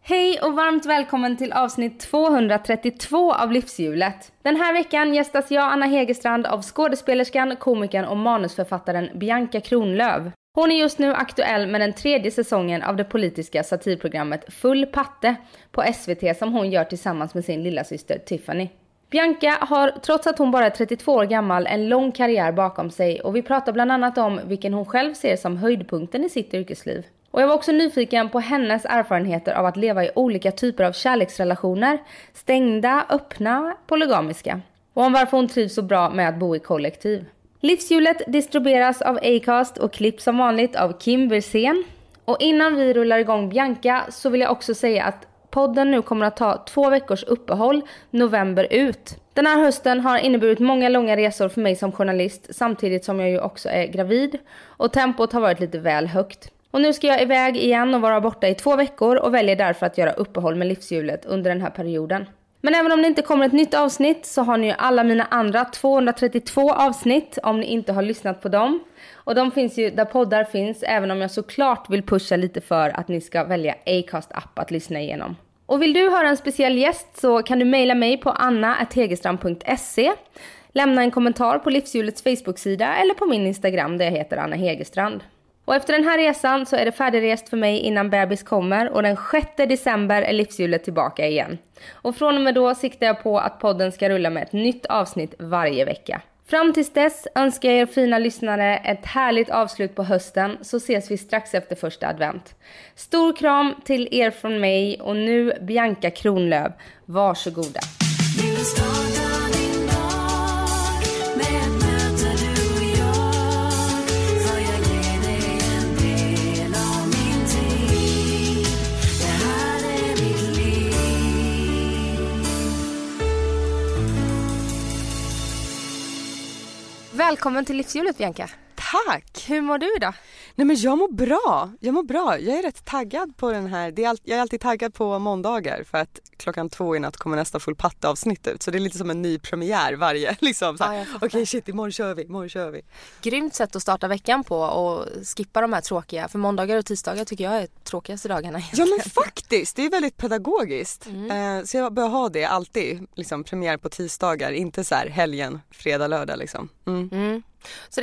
Hej och varmt välkommen till avsnitt 232 av Livshjulet. Den här veckan gästas jag, Anna Hegerstrand, av skådespelerskan, komikern och manusförfattaren Bianca Kronlöf. Hon är just nu aktuell med den 3:e säsongen av det politiska satirprogrammet Full patte på SVT som hon gör tillsammans med sin lilla syster Tiffany. Bianca har, trots att hon bara är 32 år gammal, en lång karriär bakom sig och vi pratar bland annat om vilken hon själv ser som höjdpunkten i sitt yrkesliv. Och jag var också nyfiken på hennes erfarenheter av att leva i olika typer av kärleksrelationer, stängda, öppna, polygamiska. Och om varför hon trivs så bra med att bo i kollektiv. Livshjulet distribueras av Acast och klipps som vanligt av Kim Versén. Och innan vi rullar igång Bianca så vill jag också säga att podden nu kommer att ta 2 veckors uppehåll, november ut. Den här hösten har inneburit många långa resor för mig som journalist samtidigt som jag ju också är gravid. Och tempot har varit lite väl högt. Och nu ska jag iväg igen och vara borta i 2 veckor och väljer därför att göra uppehåll med Livshjulet under den här perioden. Men även om det inte kommer ett nytt avsnitt så har ni ju alla mina andra 232 avsnitt om ni inte har lyssnat på dem. Och de finns ju där poddar finns, även om jag såklart vill pusha lite för att ni ska välja Acast app att lyssna igenom. Och vill du höra en speciell gäst så kan du mejla mig på anna@hegerstrand.se. Lämna en kommentar på Livshjulets Facebook-sida eller på min Instagram där jag heter Anna Hegerstrand. Och efter den här resan så är det färdigrest för mig innan bebis kommer och den 6 december är Livshjulet tillbaka igen. Och från och med då siktar jag på att podden ska rulla med ett nytt avsnitt varje vecka. Fram tills dess önskar jag er fina lyssnare ett härligt avslut på hösten så ses vi strax efter första advent. Stor kram till er från mig och nu Bianca Kronlöf. Varsågoda. Välkommen till Livshjulet, Bianca. Tack! Hur mår du idag? Nej men jag mår bra. Jag är rätt taggad på den här. Jag är alltid taggad på måndagar för att 2:00 i natt kommer nästa full patte-avsnitt ut. Så det är lite som en ny premiär varje. Liksom, Okej, shit, imorgon kör vi. Grymt sätt att starta veckan på och skippa de här tråkiga. För måndagar och tisdagar tycker jag är tråkigaste dagarna. Ja men faktiskt, det är väldigt pedagogiskt. Så jag bör ha det alltid. Liksom, premiär på tisdagar, inte så här helgen, fredag, lördag liksom. Så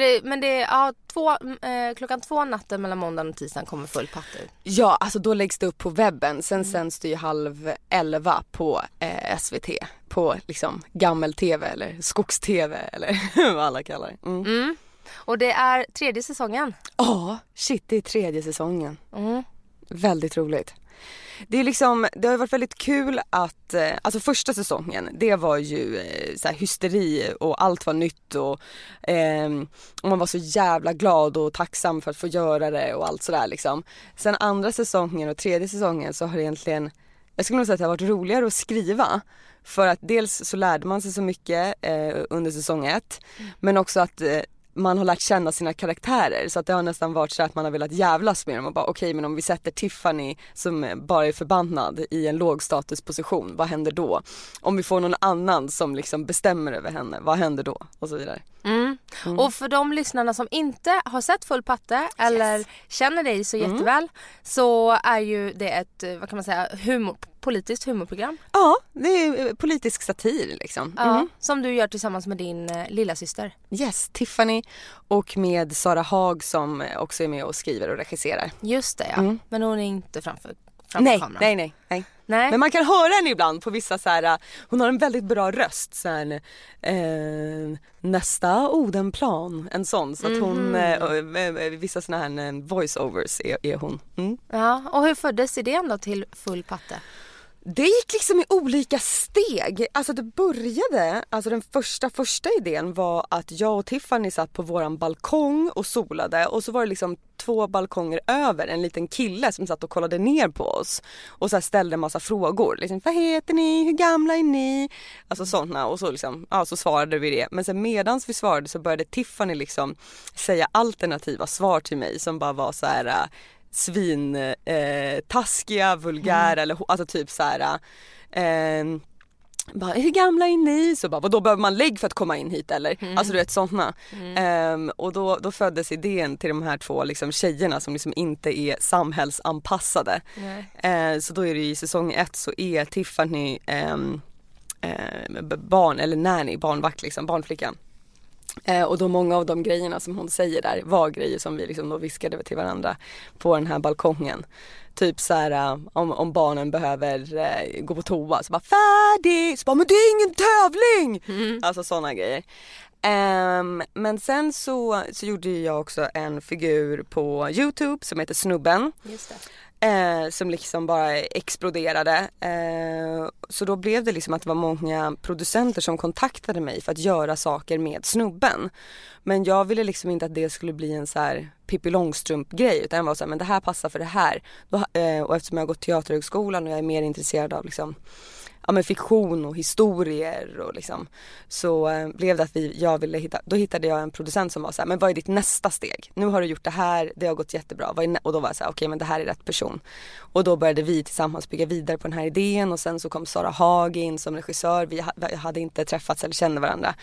klockan 2 natten mellan måndagen och tisdagen kommer full patte ut. Ja, alltså då läggs det upp på webben. Sen sänds det ju 10:30 på SVT. På liksom gammel-tv eller skogs-tv eller vad alla kallar det. Och det är 3:e säsongen. Ja, det är 3:e säsongen. Väldigt roligt. Det har varit väldigt kul att, alltså första säsongen, det var ju så här hysteri och allt var nytt och man var så jävla glad och tacksam för att få göra det och allt sådär liksom. Sen andra säsongen och 3:e säsongen så har det egentligen, jag skulle nog säga att det har varit roligare att skriva. För att dels så lärde man sig så mycket under säsong 1, men också att man har lärt känna sina karaktärer så att det har nästan varit så att man har velat jävlas med dem och bara okej, men om vi sätter Tiffany som bara är förbannad i en lågstatusposition, vad händer då? Om vi får någon annan som liksom bestämmer över henne, vad händer då? Och så vidare. Och för de lyssnarna som inte har sett full patte eller känner dig så jätteväl så är ju det ett, vad kan man säga, politiskt humorprogram. Ja, det är politisk satir liksom. Ja, som du gör tillsammans med din lilla syster. Yes, Tiffany och med Sara Haag som också är med och skriver och regisserar. Just det, ja. Men hon är inte framför kameran. Nej. Men man kan höra henne ibland på vissa så här, hon har en väldigt bra röst så här, nästa Odenplan, en sån så att hon vissa såna här voiceovers är hon. Ja, och hur föddes idén då till full patte? Det gick liksom i olika steg. Alltså det började, alltså den första idén var att jag och Tiffany satt på våran balkong och solade och så var det liksom 2 balkonger över en liten kille som satt och kollade ner på oss och så här ställde en massa frågor liksom, vad heter ni, hur gamla är ni, alltså sådana, och så liksom, ja, så svarade vi det, men sen medans vi svarade så började Tiffany liksom säga alternativa svar till mig som bara var så här taskiga, vulgära eller alltså typ så här bara, hur gamla är ni? Så bara, vadå, behöver man lägg för att komma in hit eller? Alltså du vet sådana. Och då föddes idén till de här 2 liksom, tjejerna som liksom inte är samhällsanpassade. Så då är det i säsong 1 så är Tiffany barn eller nanny, barnvakt liksom, barnflickan. Och då många av de grejerna som hon säger där var grejer som vi liksom då viskade till varandra på den här balkongen. Typ så här om barnen behöver gå på toa så bara färdig, så bara, men det är ingen tävling. Alltså sådana grejer. Men sen så gjorde jag också en figur på YouTube som heter Snubben. Just det. Som liksom bara exploderade. Så då blev det liksom att det var många producenter som kontaktade mig för att göra saker med Snubben. Men jag ville liksom inte att det skulle bli en så här Pippi Långstrump-grej, utan jag var så här, men det här passar för det här. Och eftersom jag har gått teaterhögskolan och jag är mer intresserad av liksom, ja, men fiktion och historier och liksom, så blev det att då hittade jag en producent som var så här, men vad är ditt nästa steg? Nu har du gjort det här, det har gått jättebra. Och då var jag så här, okej, men det här är rätt person. Och då började vi tillsammans bygga vidare på den här idén, och sen så kom Sara Hag in som regissör. Vi hade inte träffats eller kände varandra.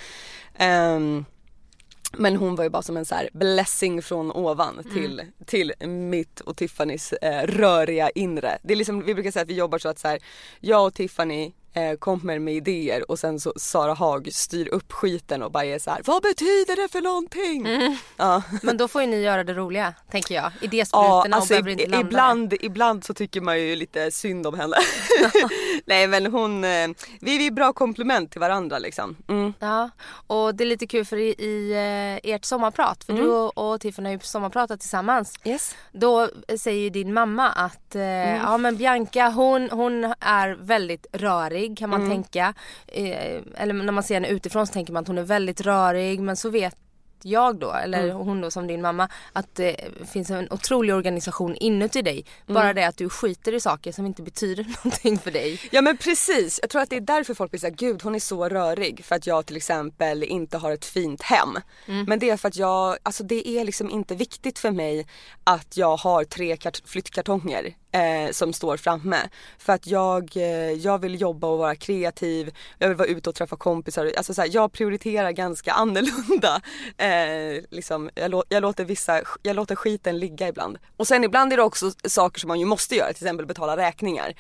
Men hon var ju bara som en så här blessing från ovan till mitt och Tiffany's röriga inre. Det är liksom, vi brukar säga att vi jobbar så att så här, jag och Tiffany kommer med idéer och sen så Sara Hag styr upp skiten och bara är så här, vad betyder det för någonting? Ja. Men då får ju ni göra det roliga, tänker jag. Idésprutorna, ja, alltså, och behöver inte landa ibland så tycker man ju lite synd om henne. Nej, men vi är bra komplement till varandra liksom. Ja, och det är lite kul för i ert sommarprat, för du och Tiffany har ju sommarpratat tillsammans. Yes. Då säger ju din mamma att ja, men Bianca, hon är väldigt rörig, kan man tänka. Eller när man ser henne utifrån så tänker man att hon är väldigt rörig, men så vet jag då, eller hon då som din mamma, att det finns en otrolig organisation inuti dig. Bara det att du skiter i saker som inte betyder någonting för dig. Ja, men precis. Jag tror att det är därför folk blir såhär, gud, hon är så rörig. För att jag till exempel inte har ett fint hem. Men det är för att det är liksom inte viktigt för mig att jag har 3 flyttkartonger som står framme. För att jag vill jobba och vara kreativ. Jag vill vara ute och träffa kompisar. Alltså så här, jag prioriterar ganska annorlunda. Liksom, jag låter skiten ligga ibland. Och sen ibland är det också saker som man ju måste göra. Till exempel betala räkningar.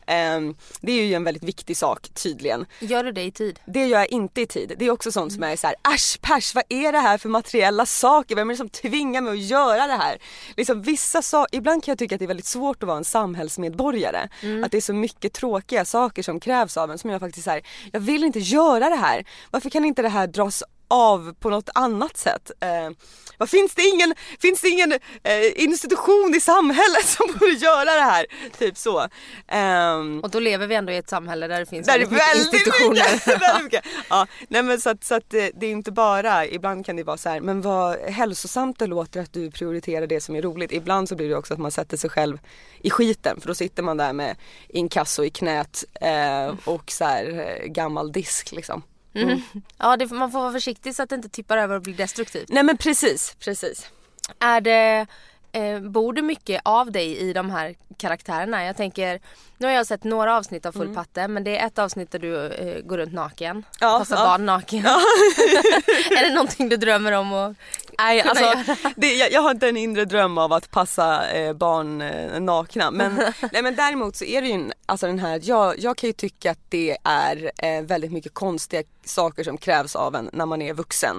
Det är ju en väldigt viktig sak tydligen. Gör du det i tid? Det gör jag inte i tid. Det är också sånt som är så här, äsch, pers, vad är det här för materiella saker? Vem är det som tvingar mig att göra det här? Liksom ibland kan jag tycka att det är väldigt svårt att vara en samhällsmedborgare. Att det är så mycket tråkiga saker som krävs av en, som jag faktiskt så här, jag vill inte göra det här. Varför kan inte det här dras av på något annat sätt? Finns det ingen institution i samhället som borde göra det här? Typ så. Och då lever vi ändå i ett samhälle där det finns väldigt institutioner. Väldigt mycket. Ja, nej, men så att det är inte bara, ibland kan det vara så här, men vad hälsosamt det låter att du prioriterar det som är roligt. Ibland så blir det också att man sätter sig själv i skiten, för då sitter man där med inkasso i knät och så här gammal disk liksom. Ja, man får vara försiktig så att det inte tippar över och blir destruktivt. Nej, men precis. Är det bor det mycket av dig i de här karaktärerna? Jag tänker, nu har jag sett några avsnitt av Full patte, men det är ett avsnitt där du går runt naken. Passar barn naken. Ja. Är det någonting du drömmer om att Nej, alltså, jag har inte en inre dröm av att passa barn nakna. Men däremot så är det ju alltså den här, jag kan ju tycka att det är väldigt mycket konstiga saker som krävs av en när man är vuxen.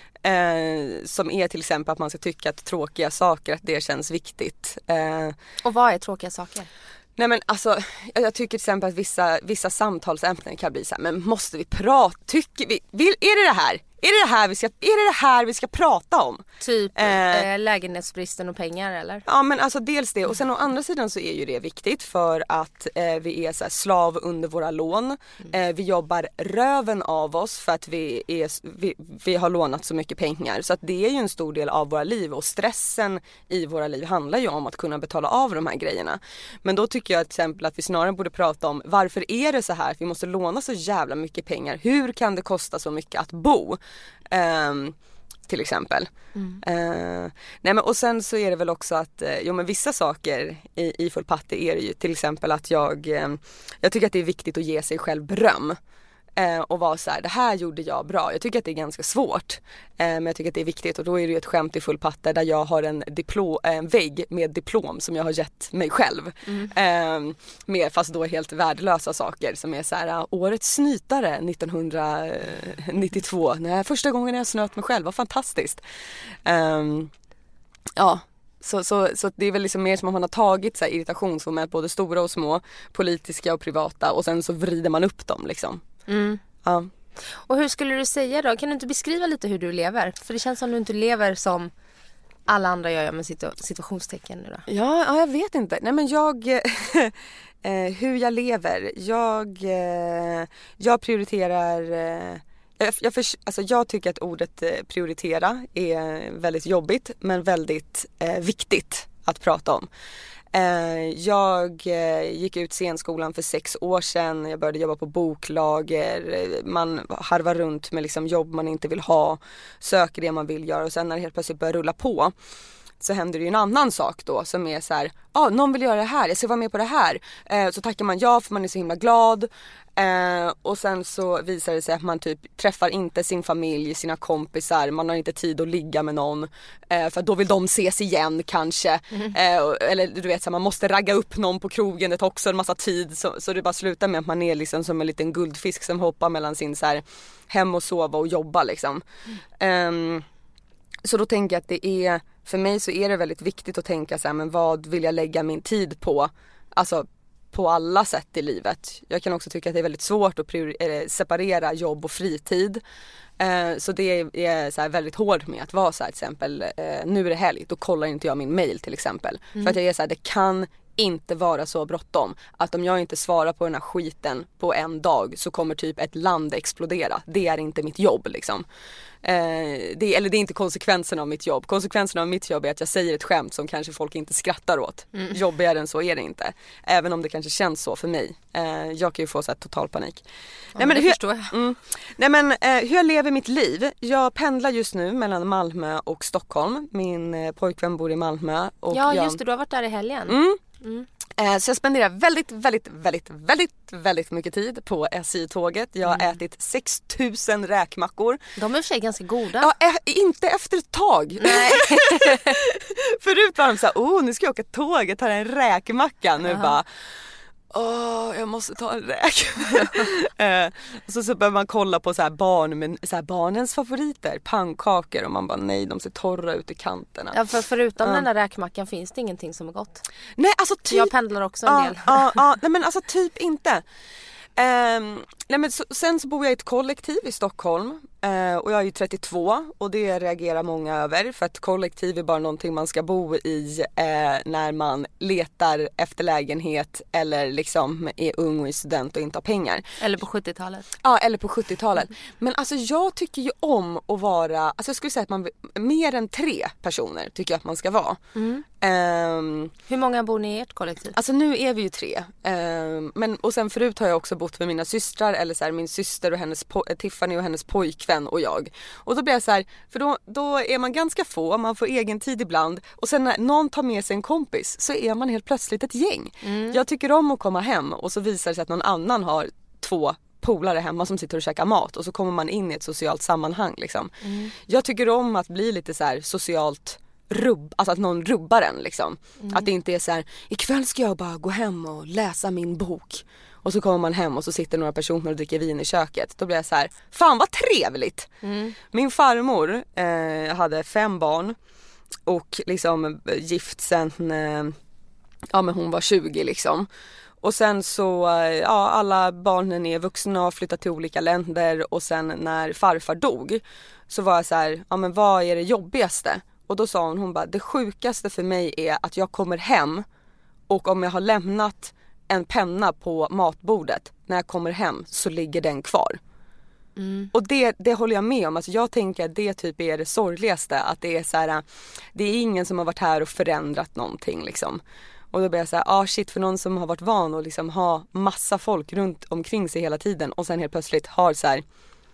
Som är till exempel att man ska tycka att tråkiga saker, att det känns viktigt. Och vad är tråkiga saker? Nej, men alltså, jag tycker till exempel att vissa samtalsämnen kan bli så här, men måste vi prata? Tycker vi, är det här? Är det här vi ska prata om? Typ lägenhetsbristen och pengar, eller? Ja, men alltså dels det. Och sen å andra sidan så är ju det viktigt för att vi är så här slav under våra lån. Vi jobbar röven av oss för att vi har lånat så mycket pengar. Så att det är ju en stor del av våra liv. Och stressen i våra liv handlar ju om att kunna betala av de här grejerna. Men då tycker jag till exempel att vi snarare borde prata om varför är det så här att vi måste låna så jävla mycket pengar? Hur kan det kosta så mycket att bo? Till exempel. Nej, men och sen så är det väl också att men vissa saker i Full patte är det ju till exempel att jag tycker att det är viktigt att ge sig själv beröm. och vara så här: det här gjorde jag bra. Jag tycker att det är ganska svårt, men jag tycker att det är viktigt, och då är det ju ett skämt i full patte där jag har en vägg med diplom som jag har gett mig själv, med fast då helt värdelösa saker som är så här: årets snytare 1992, första gången jag snöt mig själv, var fantastiskt. Ja. Så det är väl liksom mer som om man har tagit så här irritationsmoment, både stora och små, politiska och privata, och sen så vrider man upp dem liksom. Ja. Och hur skulle du säga då? Kan du inte beskriva lite hur du lever? För det känns som du inte lever som alla andra gör med situationstecken nu då. Ja, jag vet inte. Nej, men hur jag lever. Jag prioriterar... Jag tycker att ordet prioritera är väldigt jobbigt, men väldigt viktigt att prata om. Jag gick ut scenskolan för 6 år sedan. Jag började jobba på boklager. Man harvar runt med liksom jobb man inte vill ha, söker det man vill göra, och sen när det helt plötsligt börjar rulla på så händer det ju en annan sak då som är så här: någon vill göra det här, jag ska vara med på det här. Så tackar man ja för man är så himla glad. Och sen så visar det sig att man typ träffar inte sin familj, sina kompisar, man har inte tid att ligga med någon, för då vill de ses igen kanske. Eller du vet så här, man måste ragga upp någon på krogen, det tar också en massa tid, så det bara slutar med att man är liksom som en liten guldfisk som hoppar mellan sin så här, hem och sova och jobba liksom. Så då tänker jag att det är, för mig så är det väldigt viktigt att tänka så här: men vad vill jag lägga min tid på? Alltså på alla sätt i livet. Jag kan också tycka att det är väldigt svårt att separera jobb och fritid. Så det är så här väldigt hård med att vara så här, till exempel nu är det helg, då kollar inte jag min mail till exempel. För att jag är så här: det kan inte vara så bråttom att om jag inte svarar på den här skiten på en dag så kommer typ ett land explodera. Det är inte mitt jobb liksom. Det är inte konsekvensen av mitt jobb. Konsekvensen av mitt jobb är att jag säger ett skämt som kanske folk inte skrattar åt. Jobbigare än så är det inte. Även om det kanske känns så för mig. Jag kan ju få så här total panik. Ja, men det förstår jag. Hur jag lever mitt liv. Jag pendlar just nu mellan Malmö och Stockholm. Min pojkvän bor i Malmö. Och just det, du har varit där i helgen. Så jag spenderar väldigt mycket tid på SJ-tåget. Jag har ätit 6000 räkmackor. De är i och för sig ganska goda. Ja, inte efter ett tag. Nej. Förut var de så här: nu ska jag åka tåg, jag tar en räkmacka. Nu bara, jag måste ta en räk. Så börjar man kolla på så här barnens favoriter, pannkakor, och man bara nej, de ser torra ut i kanterna. Ja, förutom den där räkmackan finns det ingenting som är gott. Nej, alltså typ. Jag pendlar också en del. Nej, men alltså typ inte. Sen så bor jag i ett kollektiv i Stockholm, och jag är ju 32, och det reagerar många över, för att kollektiv är bara någonting man ska bo i när man letar efter lägenhet eller liksom är ung och är student och inte har pengar. Eller på 70-talet. Ja, eller på 70-talet. Men alltså jag tycker ju om att vara, alltså jag skulle säga att man mer än 3 personer tycker jag att man ska vara. Hur många bor ni i ert kollektiv? Alltså nu är vi ju 3. Och sen förut har jag också bott med mina systrar, eller så här, min syster och hennes Tiffany och hennes pojkvän och jag. Och då blir jag så här, för då är man ganska få, man får egen tid ibland, och sen när någon tar med sig en kompis så är man helt plötsligt ett gäng. Jag tycker om att komma hem och så visar det sig att någon annan har 2 polare hemma som sitter och käkar mat, och så kommer man in i ett socialt sammanhang liksom. Jag tycker om att bli lite så här socialt alltså att någon rubbar en liksom. Att det inte är så här: ikväll ska jag bara gå hem och läsa min bok. Och så kommer man hem och så sitter några personer och dricker vin i köket. Då blir jag så här: fan vad trevligt. Min farmor hade 5 barn och liksom gift sen men hon var 20 liksom. Och sen så, alla barnen är vuxna och har flyttat till olika länder, och sen när farfar dog så var jag så här: men vad är det jobbigaste? Och då sa hon bara: det sjukaste för mig är att jag kommer hem, och om jag har lämnat en penna på matbordet, när jag kommer hem så ligger den kvar. Och det håller jag med om. Alltså jag tänker att det typ är det sorgligaste, att det är så här: det är ingen som har varit här och förändrat någonting liksom. Och då blir jag så här: shit, för någon som har varit van att liksom ha massa folk runt omkring sig hela tiden, och sen helt plötsligt har så här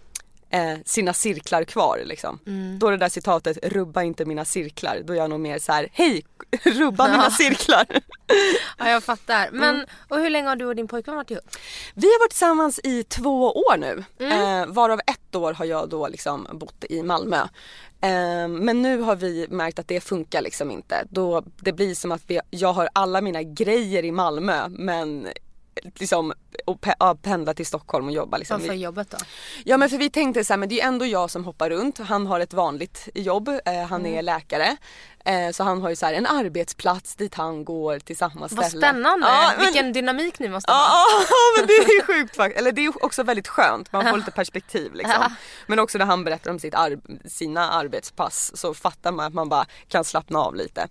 sina cirklar kvar liksom. Då det där citatet, rubba inte mina cirklar, då är jag nog mer så här: hej, rubba mina cirklar. Ja, jag fattar. Men, och hur länge har du och din pojkvän varit ihop? Vi har varit tillsammans i 2 år nu. Varav 1 år har jag då liksom bott i Malmö. Men nu har vi märkt att det funkar liksom inte. Då det blir som att jag har alla mina grejer i Malmö, men liksom pendla till Stockholm och jobba liksom. Varför jobbet då? Ja, men för vi tänkte så här, men det är ändå jag som hoppar runt. Han har ett vanligt jobb, han är läkare. Så han har ju så här en arbetsplats dit han går till samma ställe. Vad spännande, vilken dynamik ni måste ha. Ja, men det är sjukt faktiskt. Eller det är också väldigt skönt, man får lite perspektiv liksom. Men också när han berättar om sina arbetspass så fattar man att man bara kan slappna av lite.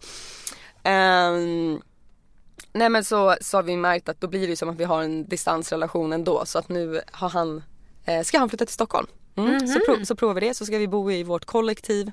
Nej, men så har vi märkt att då blir det som att vi har en distansrelation ändå. Så att nu har ska han flytta till Stockholm. Så provar vi det, så ska vi bo i vårt kollektiv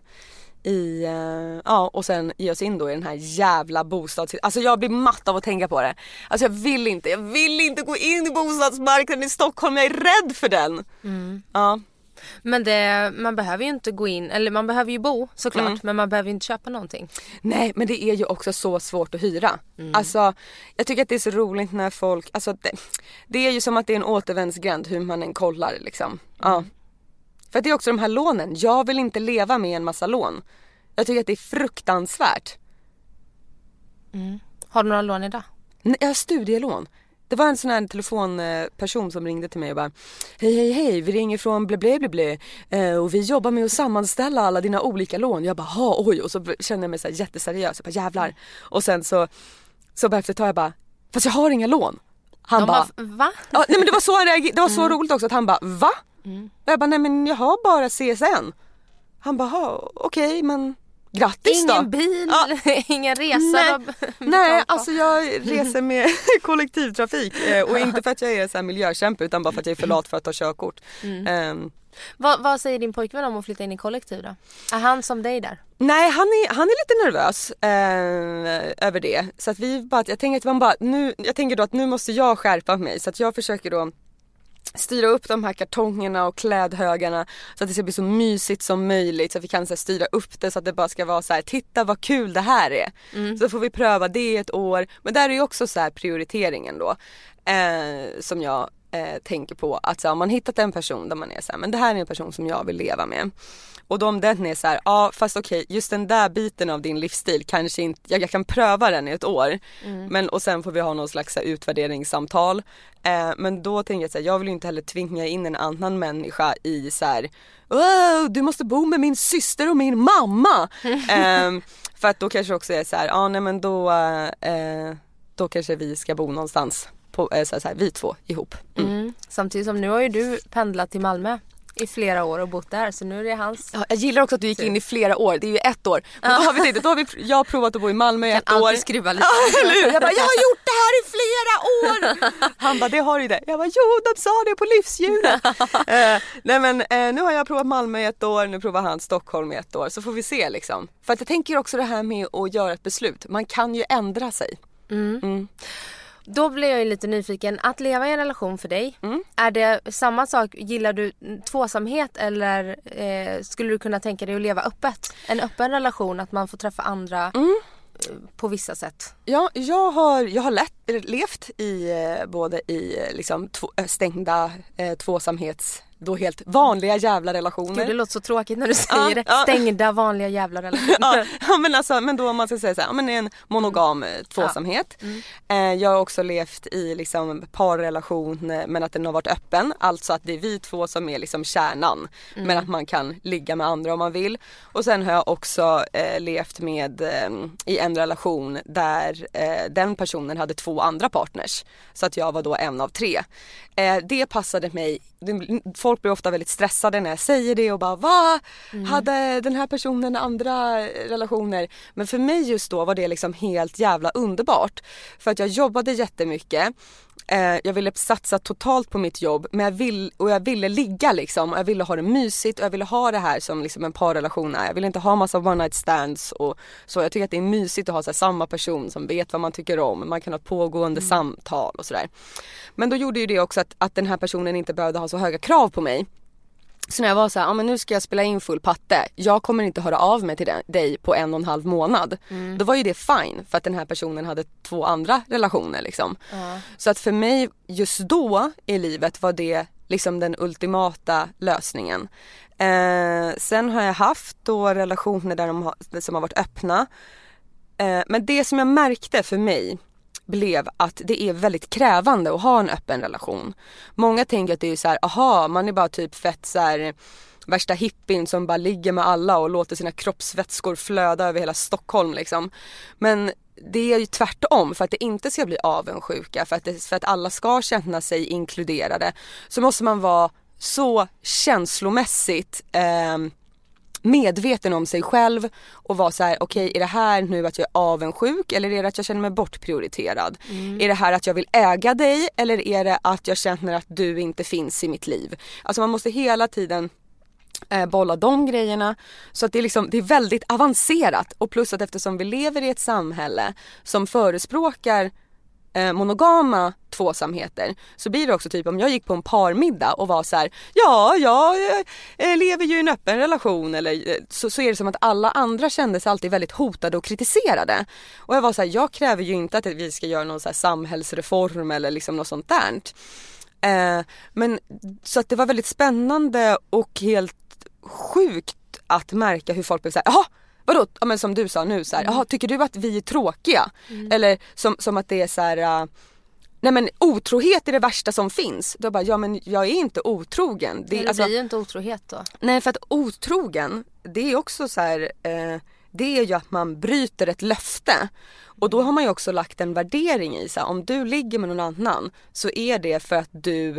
och sen ge oss in då i den här jävla alltså jag blir matt av att tänka på det. Alltså jag vill inte gå in i bostadsmarknaden i Stockholm, jag är rädd för den. Ja. Men man behöver ju inte gå in, eller man behöver ju bo såklart, men man behöver inte köpa någonting. Nej, men det är ju också så svårt att hyra. Alltså, jag tycker att det är så roligt när folk, alltså det är ju som att det är en återvändsgränd hur man än kollar liksom. Ja. För det är också de här lånen, jag vill inte leva med en massa lån. Jag tycker att det är fruktansvärt. Har du några lån idag? Nej, jag har studielån. Det var en sån här telefonperson som ringde till mig och bara: hej, vi ringer från blä, och vi jobbar med att sammanställa alla dina olika lån. Jag bara, oj, och så kände jag mig så här jätteseriös. Jag bara, jävlar. Och sen så bara efter ett tag jag bara, fast jag har inga lån. Han bara, va? Ja, nej, men det var så roligt också att han bara, va? Och jag bara, nej men jag har bara CSN. Han bara, okej, men grattis då. Ingen bil, ingen resa. Nej, alltså jag reser med kollektivtrafik och inte för att jag är så här miljökämpe utan bara för att jag är för lat för att ta körkort. Vad säger din pojkvän om att flytta in i kollektiv då? Är han som dig där? Nej, han är lite nervös över det. Så att jag tänker då att nu måste jag skärpa mig, så att jag försöker då styra upp de här kartongerna och klädhögarna så att det ska bli så mysigt som möjligt, så att vi kan så här, styra upp det så att det bara ska vara så här: titta vad kul det här är. Så får vi pröva det ett år. Men där är ju också så här prioriteringen då som jag tänker på, att så här, om man hittat en person där man är så här, men det här är en person som jag vill leva med. Och om den är så här, ja fast okej, just den där biten av din livsstil kanske inte, jag kan pröva den i ett år. Men och sen får vi ha någon slags så här, utvärderingssamtal. Men då tänker jag så här, jag vill ju inte heller tvinga in en annan människa i så här, du måste bo med min syster och min mamma. För att då kanske också är så här, nej men då kanske vi ska bo någonstans på, så här, vi två ihop. Samtidigt som nu har ju du pendlat till Malmö i flera år och bott där, så nu är det hans. Ja, jag gillar också att du gick in i flera år. Det är ju 1 år. Men då har jag har provat att bo i Malmö i 1 år. Kan alltid skruva lite. Jag bara, jag har gjort det här i flera år. Han bara, det har du det. Jag bara, jo, de sa det på livsdjuret. Nej men nu har jag provat Malmö i 1 år. Nu provar han Stockholm i 1 år. Så får vi se liksom. För att jag tänker också det här med att göra ett beslut. Man kan ju ändra sig. Då blir jag ju lite nyfiken. Att leva i en relation för dig, är det samma sak? Gillar du tvåsamhet eller skulle du kunna tänka dig att leva öppet? En öppen relation, att man får träffa andra på vissa sätt. Ja, jag har levt i både i liksom stängda tvåsamhets, då helt vanliga jävla relationer. Gud, det låter så tråkigt när du säger det. Stängda vanliga jävla relationer. Men då om man ska säga så här, men en monogam tvåsamhet. Jag har också levt i liksom parrelation, men att den har varit öppen. Alltså att det är vi två som är liksom kärnan. Men att man kan ligga med andra om man vill. Och sen har jag också levt med i en relation där den personen hade 2 andra partners. Så att jag var då en av 3. Det passade mig. Folk blir ofta väldigt stressade när jag säger det och bara, va? Hade den här personen andra relationer? Men för mig just då var det liksom helt jävla underbart. För att jag jobbade jättemycket. Jag ville satsa totalt på mitt jobb, men jag ville ligga liksom, och jag ville ha det mysigt och jag ville ha det här som liksom en parrelation är. Jag ville inte ha massa one night stands och så. Jag tycker att det är mysigt att ha så här, samma person som vet vad man tycker om. Man kan ha pågående samtal och sådär. Men då gjorde ju det också att den här personen inte behövde ha så höga krav på mig. Så när jag var så här, men nu ska jag spela in full patte. Jag kommer inte höra av mig till dig på 1,5 månad. Då var ju det fine för att den här personen hade 2 andra relationer liksom. Så att för mig just då i livet var det liksom den ultimata lösningen. Sen har jag haft då relationer där som har varit öppna. Men det som jag märkte för mig blev att det är väldigt krävande att ha en öppen relation. Många tänker att det är så här, man är bara typ fett så här värsta hippien som bara ligger med alla och låter sina kroppsvätskor flöda över hela Stockholm liksom. Men det är ju tvärtom, för att det inte ska bli avundsjuka, för att alla ska känna sig inkluderade, så måste man vara så känslomässigt medveten om sig själv och vara så här: okej, är det här nu att jag är avundsjuk eller är det att jag känner mig bortprioriterad? Är det här att jag vill äga dig eller är det att jag känner att du inte finns i mitt liv? Alltså man måste hela tiden bolla de grejerna, så att det är väldigt avancerat, och plus att eftersom vi lever i ett samhälle som förespråkar monogama tvåsamheter, så blir det också typ om jag gick på en parmiddag och var så här: ja, jag lever ju i en öppen relation, eller så är det som att alla andra kände sig alltid väldigt hotade och kritiserade. Och jag var så här: jag kräver ju inte att vi ska göra någon så här samhällsreform eller liksom något sånt där. Men så att det var väldigt spännande och helt sjukt att märka hur folk blev så här: jaha, vadå? Ja, men som du sa nu så här, jaha, tycker du att vi är tråkiga? Eller som att det är så här, nej men otrohet är det värsta som finns. Då bara, ja men jag är inte otrogen. Det blir ju inte otrohet då. Nej, för att otrogen, det är också så här, det är ju att man bryter ett löfte. Och då har man ju också lagt en värdering i så här, om du ligger med någon annan så är det för att du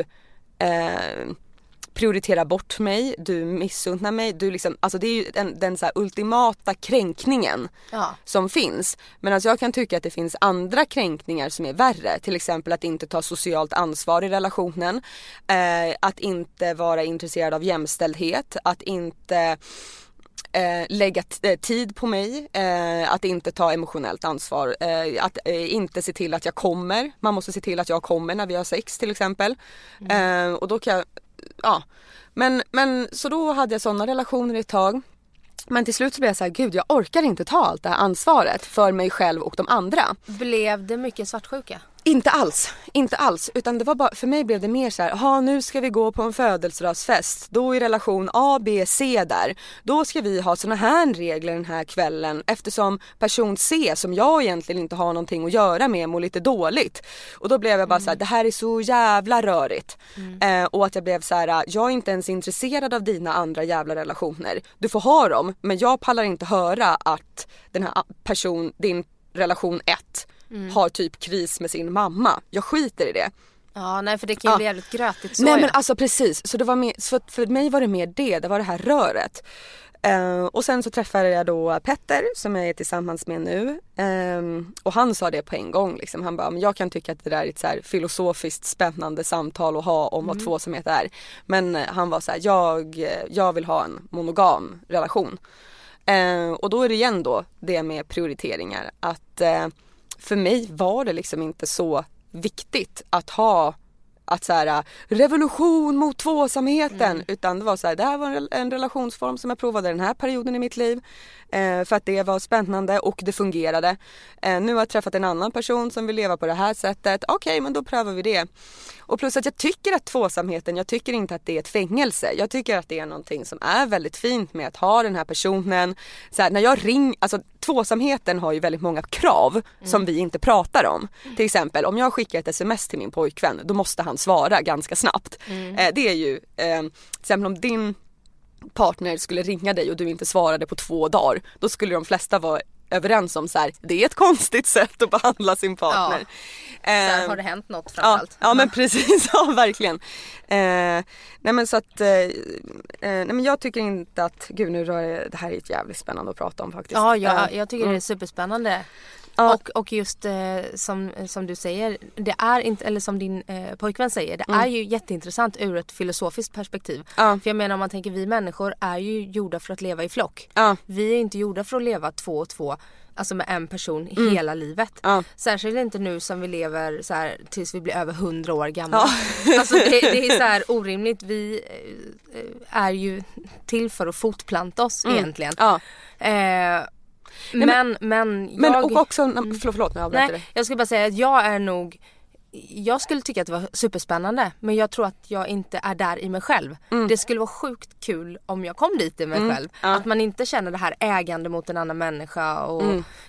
prioritera bort mig, du missunnar mig, du liksom, alltså det är ju den så här ultimata kränkningen som finns. Men alltså jag kan tycka att det finns andra kränkningar som är värre, till exempel att inte ta socialt ansvar i relationen, att inte vara intresserad av jämställdhet, att inte lägga tid på mig, att inte ta emotionellt ansvar, att inte se till att jag kommer. Man måste se till att jag kommer när vi har sex till exempel. Och då kan jag, men så då hade jag sådana relationer ett tag. Men till slut så blev jag så här: gud, jag orkar inte ta allt det här ansvaret för mig själv och de andra. Blev det mycket svartsjuka? Inte alls, utan det var bara, för mig blev det mer så här: nu ska vi gå på en födelsedagsfest, då är relation A, B, C där, då ska vi ha såna här regler den här kvällen, eftersom person C, som jag egentligen inte har någonting att göra med, mår lite dåligt. Och då blev jag bara så här: det här är så jävla rörigt. Och att jag blev så här: jag är inte ens intresserad av dina andra jävla relationer, du får ha dem, men jag pallar inte höra att den här din relation 1 har typ kris med sin mamma. Jag skiter i det. Ja, nej, för det kan ju bli jävligt grötigt så. Nej, men alltså precis. Så det var mer, för mig var det mer det var det här röret. Och sen så träffade jag då Petter som jag är tillsammans med nu. Och han sa det på en gång liksom. Han bara: men jag kan tycka att det där är ett så här filosofiskt spännande samtal att ha om vad tvåsamhet är. Men han var så här: jag vill ha en monogam relation. Och då är det igen då det med prioriteringar, att för mig var det liksom inte så viktigt att ha att så här, revolution mot tvåsamheten, utan det var så här: det här var en relationsform som jag provade den här perioden i mitt liv, för att det var spännande och det fungerade. Nu har jag träffat en annan person som vill leva på det här sättet. Okej, men då prövar vi det. Och plus att jag tycker att tvåsamheten, jag tycker inte att det är ett fängelse. Jag tycker att det är någonting som är väldigt fint med att ha den här personen. Så här, när jag alltså tvåsamheten har ju väldigt många krav som vi inte pratar om. Till exempel, om jag skickar ett sms till min pojkvän, då måste han svara ganska snabbt. Det är ju, till exempel om din partner skulle ringa dig och du inte svarade på 2 dagar, då skulle de flesta vara överens om så här: det är ett konstigt sätt att behandla sin partner. Där har det hänt något framförallt. Ja, men precis, ja, verkligen. Nej men så att nej men jag tycker inte att, gud, nu rör det här är ett jävligt spännande att prata om faktiskt. Ja, jag tycker det är superspännande. Ja. Och just som du säger, det är inte, eller som din pojkvän säger, det är ju jätteintressant ur ett filosofiskt perspektiv. För jag menar, om man tänker, vi människor är ju gjorda för att leva i flock. Vi är inte gjorda för att leva 2 och 2, alltså med en person hela livet. Särskilt inte nu som vi lever så här tills vi blir över 100 år gamla. Alltså det är så här orimligt. Vi är ju till för att fortplanta oss egentligen. Men och också, förlåt när jag avbryter dig. Jag skulle bara säga att jag skulle tycka att det var superspännande, men jag tror att jag inte är där i mig själv. Det skulle vara sjukt kul om jag kom dit i mig själv. Att man inte känner det här ägande mot en annan människa och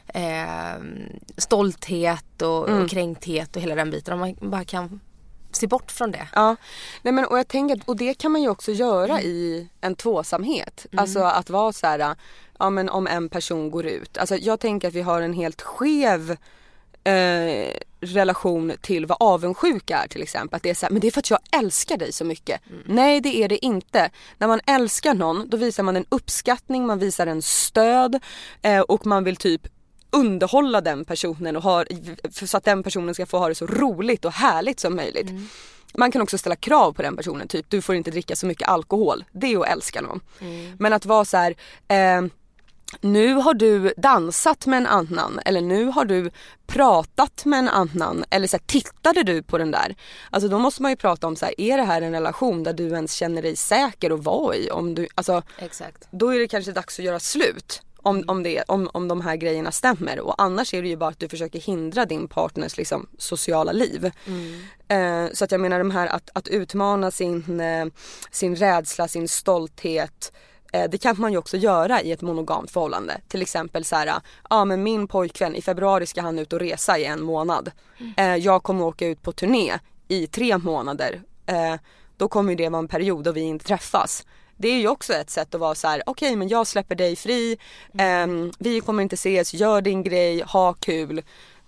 stolthet och kränkthet och hela den biten. Om man bara kan se bort från det. Nej, men, och jag tänker, och det kan man ju också göra i en tvåsamhet. Alltså att vara så här, ja men om en person går ut. Alltså jag tänker att vi har en helt skev relation till vad avundsjuka är till exempel. Att det är så här, men det är för att jag älskar dig så mycket. Nej, det är det inte. När man älskar någon, då visar man en uppskattning, man visar en stöd och man vill typ underhålla den personen och så att den personen ska få ha det så roligt och härligt som möjligt. Man kan också ställa krav på den personen, typ du får inte dricka så mycket alkohol. Det är att älska någon. Men att vara så här, nu har du dansat med en annan, eller nu har du pratat med en annan, eller så här, tittade du på den där. Alltså då måste man ju prata om så här, är det här en relation där du ens känner dig säker att vara i? Exakt. Då är det kanske dags att göra slut. Om de här grejerna stämmer. Och annars är det ju bara att du försöker hindra din partners liksom, sociala liv. Så att jag menar, de här att utmana sin rädsla, sin stolthet, det kan man ju också göra i ett monogamt förhållande. Till exempel så här, men min pojkvän, i februari ska han ut och resa i 1 månad. Jag kommer åka ut på turné i 3 månader. Då kommer det vara en period då vi inte träffas. Det är ju också ett sätt att vara så här: okej, men jag släpper dig fri. Vi kommer inte ses, gör din grej, ha kul.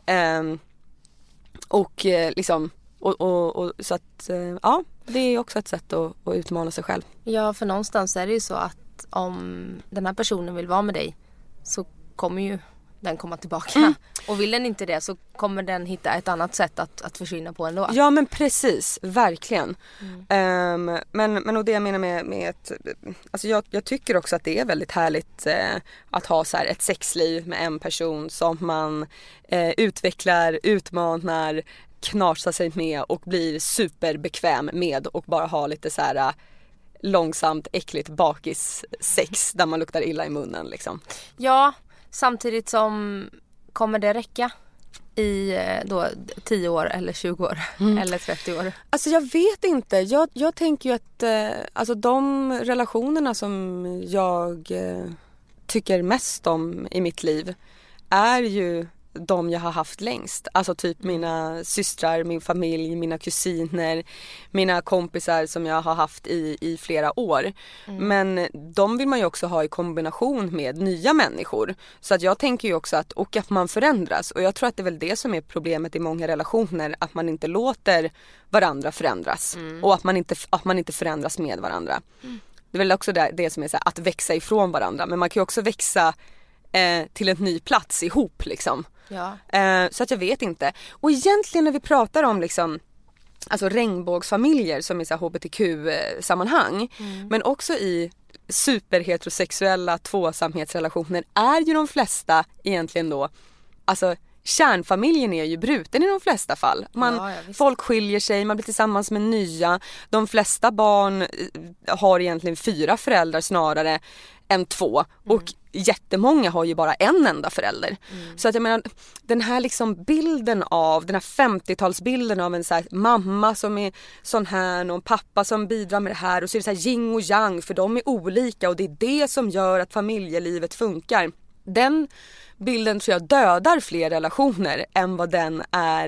Liksom och så att det är också ett sätt att utmana sig själv. Ja, för någonstans är det ju så att om den här personen vill vara med dig så kommer ju den komma tillbaka. Och vill den inte det så kommer den hitta ett annat sätt att försvinna på ändå. Ja, men precis, verkligen. Men och det jag menar med att, alltså jag tycker också att det är väldigt härligt att ha så här ett sexliv med en person som man utvecklar, utmanar, knasar sig med och blir superbekväm med, och bara ha lite så här långsamt, äckligt bakis sex där man luktar illa i munnen liksom. Ja, samtidigt som kommer det räcka i då 10 år eller 20 år eller 30 år? Alltså jag vet inte. Jag tänker ju att alltså de relationerna som jag tycker mest om i mitt liv är ju de jag har haft längst. Alltså typ mina systrar, min familj, mina kusiner, mina kompisar som jag har haft i flera år. Men de vill man ju också ha i kombination med nya människor. Så att jag tänker ju också att man förändras. Och jag tror att det är väl det som är problemet i många relationer. Att man inte låter varandra förändras. Och att man inte förändras med varandra. Det är väl också det som är så här, att växa ifrån varandra. Men man kan ju också växa till en ny plats ihop liksom. Ja. Så att jag vet inte. Och egentligen när vi pratar om liksom, alltså regnbågsfamiljer som är så här HBTQ-sammanhang, men också i superheterosexuella tvåsamhetsrelationer, är ju de flesta egentligen då, alltså kärnfamiljen är ju bruten i de flesta fall. Folk skiljer sig, man blir tillsammans med nya. De flesta barn har egentligen 4 föräldrar snarare än 2. Och jättemånga har ju bara en enda förälder. Så att jag menar, den här liksom bilden av, den här 50-talsbilden av en så här mamma som är sån här och en pappa som bidrar med det här, och så är det så här yin och yang, för de är olika och det är det som gör att familjelivet funkar. Den bilden tror jag dödar fler relationer än vad den är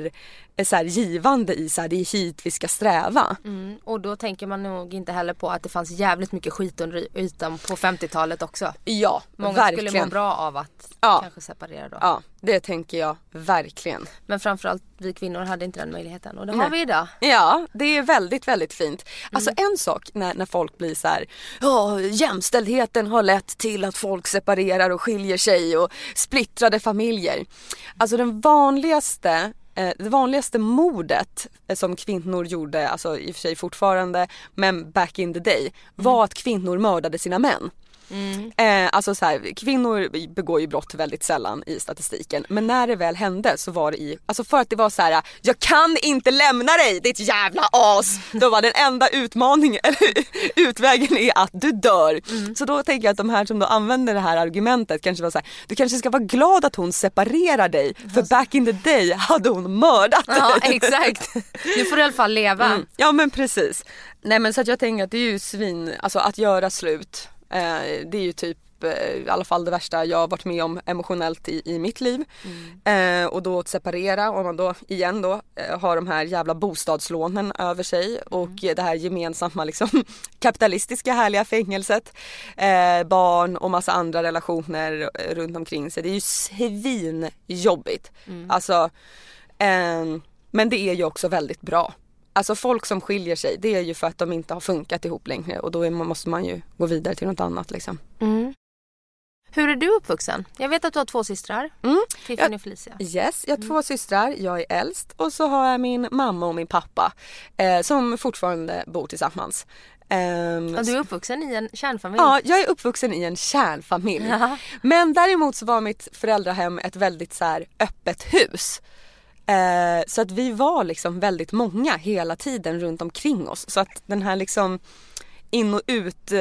så här givande i så här, det är hit vi ska sträva. Och då tänker man nog inte heller på att det fanns jävligt mycket skit under ytan på 50-talet också. Ja, många verkligen. skulle må bra av att kanske separera då. Ja, det tänker jag verkligen. Men framförallt vi kvinnor hade inte den möjligheten och det har vi idag. Ja, det är väldigt, väldigt fint. Alltså en sak när folk blir så här, jämställdheten har lett till att folk separerar och skiljer sig och splittrade familjer. Alltså det vanligaste mordet som kvinnor gjorde, alltså i och för sig fortfarande, men back in the day, var att kvinnor mördade sina män. Alltså så här, kvinnor begår ju brott väldigt sällan i statistiken, men när det väl hände så var det alltså för att det var så här: jag kan inte lämna dig, ditt jävla as. Då var den enda utvägen är att du dör. Så då tänker jag att de här som då använder det här argumentet kanske var så här: du kanske ska vara glad att hon separerar dig, för back in the day hade hon mördat dig. Ja, exakt. Nu får du i alla fall leva. Ja, men precis. Nej, men så att jag tänker att det är ju alltså att göra slut. Det är ju typ i alla fall det värsta jag har varit med om emotionellt i mitt liv. Och då att separera, och man då igen då har de här jävla bostadslånen över sig och det här gemensamma liksom kapitalistiska härliga fängelset, barn och massa andra relationer runt omkring sig. Det är ju svinjobbigt. Alltså, men det är ju också väldigt bra. Alltså folk som skiljer sig, det är ju för att de inte har funkat ihop längre, och då måste man ju gå vidare till något annat liksom. Hur är du uppvuxen? Jag vet att du har 2 systrar, Tiffany och Felicia. Yes, jag har 2 systrar, jag är äldst, och så har jag min mamma och min pappa som fortfarande bor tillsammans. Och du är uppvuxen i en kärnfamilj? Ja, jag är uppvuxen i en kärnfamilj. Men däremot så var mitt föräldrahem ett väldigt så här öppet hus. Så att vi var liksom väldigt många hela tiden runt omkring oss. Så att den här liksom in- och ut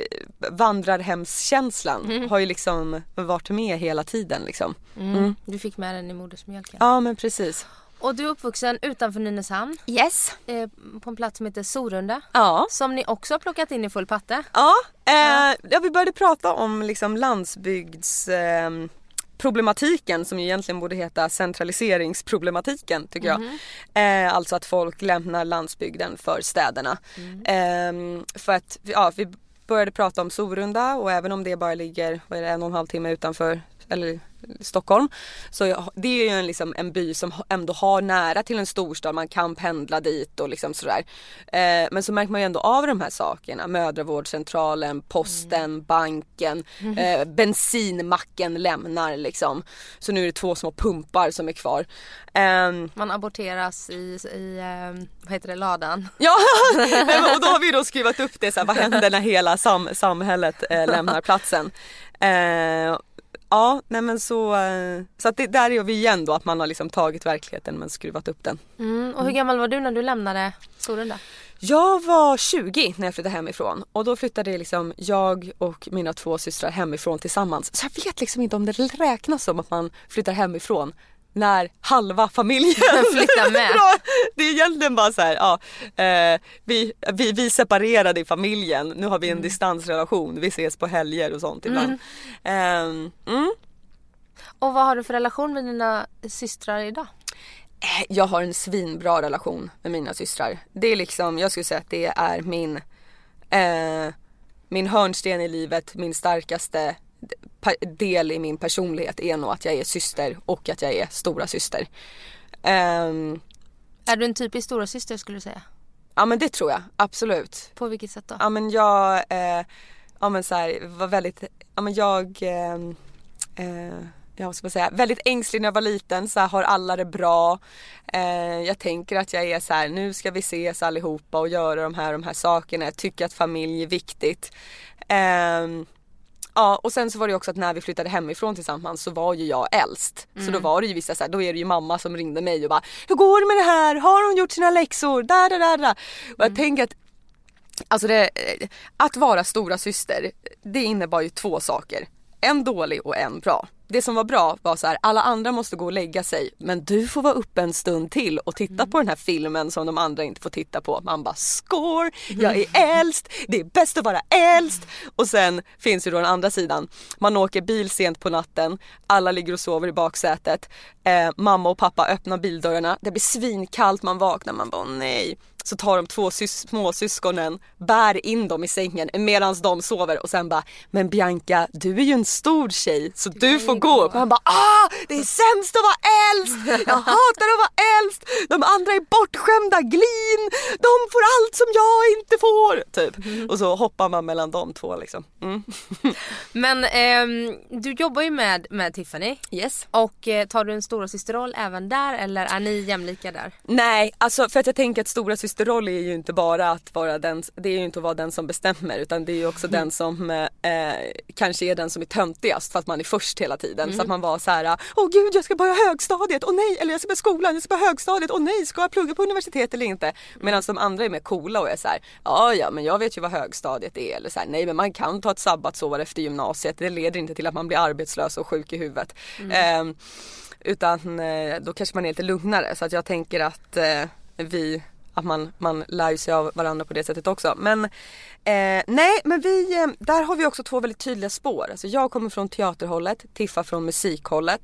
vandrarhemskänslan har ju liksom varit med hela tiden liksom. Du fick med den i modersmjölken. Ja, men precis. Och du är uppvuxen utanför Nynäshamn. Yes. På en plats som heter Sorunda. Ja. Som ni också har plockat in i full patte. Ja, vi började prata om liksom landsbygds... problematiken som egentligen borde heta centraliseringsproblematiken, tycker jag. Alltså att folk lämnar landsbygden för städerna. För att vi började prata om Sorunda, och även om det bara ligger 1,5 timme utanför eller Stockholm, så det är ju liksom en by som ändå har nära till en storstad, man kan pendla dit och liksom sådär. Men så märker man ju ändå av de här sakerna: mödravårdscentralen, posten, banken, bensinmacken lämnar liksom. Så nu är det 2 små pumpar som är kvar. Man aborteras i vad heter det, ladan. Ja, och då har vi då skrivit upp det så här, vad händer när hela samhället lämnar platsen. Ja, nej men så att det där är vi igen då, att man har liksom tagit verkligheten men skruvat upp den. Och hur gammal var du när du lämnade Sorunda? Jag var 20 när jag flyttade hemifrån, och då flyttade liksom jag och mina 2 systrar hemifrån tillsammans. Så jag vet liksom inte om det räknas som att man flyttar hemifrån när halva familjen flyttar med. Det är egentligen bara så här, vi separerade i familjen. Nu har vi en distansrelation. Vi ses på helger och sånt ibland. Och vad har du för relation med dina systrar idag? Jag har en svinbra relation med mina systrar. Det är liksom, jag skulle säga att det är min hörnsten i livet, min starkaste del i min personlighet är nog att jag är syster och att jag är stora syster. Är du en typisk stora syster, skulle du säga? Ja, men det tror jag, absolut. På vilket sätt då? Ja, men jag så här, var väldigt, jag ska säga, väldigt ängslig när jag var liten, så här, har alla det bra. Jag tänker att jag är så här, nu ska vi ses allihopa och göra de här sakerna. Jag tycker att familj är viktigt. Ja, och sen så var det också att när vi flyttade hemifrån tillsammans så var ju jag äldst. Så då var det ju vissa så här, då är det ju mamma som ringde mig och bara: hur går det med det här? Har hon gjort sina läxor? Där. Och jag tänker att alltså att vara stora syster, det innebar ju 2 saker. En dålig och en bra. det som var bra var så här, alla andra måste gå och lägga sig, men du får vara uppe en stund till och titta på den här filmen som de andra inte får titta på. Man bara, score, jag är äldst, det är bäst att vara äldst. Och sen finns ju då den andra sidan. Man åker bil sent på natten, alla ligger och sover i baksätet. Mamma och pappa öppnar bildörrarna, det blir svinkallt, man vaknar, man bara, nej. Så tar de 2 småsyskonen, bär in dem i sängen medan de sover och sen bara, men Bianca, du är ju en stor tjej så du får gå. Och man bara, det är sämst att vara äldst, jag hatar att vara äldst, de andra är bortskämda, glin, de får allt som jag inte får, typ. Och så hoppar man mellan de två liksom. Men du jobbar ju med Tiffany. Yes. Och tar du en stora systerroll även där, eller är ni jämlika där? Nej, alltså för att jag tänker att stora systerroll är ju inte bara att vara den, det är ju inte att vara den som bestämmer, utan det är ju också den som kanske är den som är töntigast för att man är först hela tiden. Så att man var så här, åh gud, jag ska börja högstadiet, åh nej, eller jag ska börja skolan, jag ska börja högstadiet, åh nej, ska jag plugga på universitet eller inte? Medan de andra är mer coola och är så här, ja, men jag vet ju vad högstadiet är, eller så här, nej, men man kan ta ett sabbatsår efter gymnasiet, det leder inte till att man blir arbetslös och sjuk i huvudet. Utan då kanske man är lite lugnare, så att jag tänker att att man lär sig av varandra på det sättet också. Men nej, men där har vi också 2 väldigt tydliga spår. Alltså jag kommer från teaterhållet, Tiffa från musikhållet.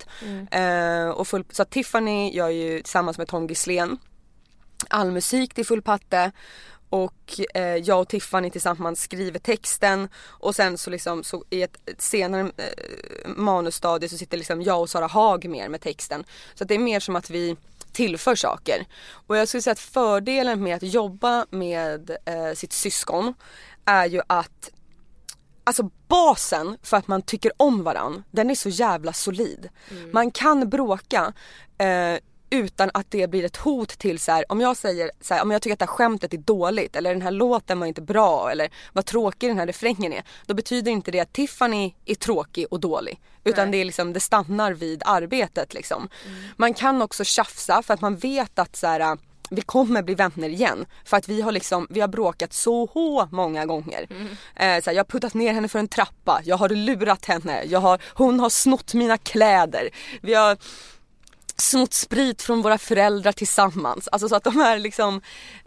Så att Tiffany gör ju tillsammans med Tom Gislén all musik till full patte. Och jag och Tiffany tillsammans skriver texten. Och sen så liksom så i ett senare manusstadie så sitter liksom jag och Sara Hag mer med texten. Så att det är mer som att vi tillför saker. Och jag skulle säga att fördelen med att jobba med sitt syskon är ju att alltså basen för att man tycker om varann, den är så jävla solid. Man kan bråka utan att det blir ett hot till så här, om jag säger så här, om jag tycker att det här skämtet är dåligt eller den här låten var inte bra eller vad tråkig den här refrängen är, då betyder inte det att Tiffany är tråkig och dålig, utan det är liksom, det stannar vid arbetet liksom. Man kan också tjafsa för att man vet att så här, vi kommer bli vänner igen för att vi har bråkat så många gånger. Så här, jag har puttat ner henne för en trappa, jag har lurat henne, hon har snott mina kläder, vi har snott sprit från våra föräldrar tillsammans. Alltså så att de är liksom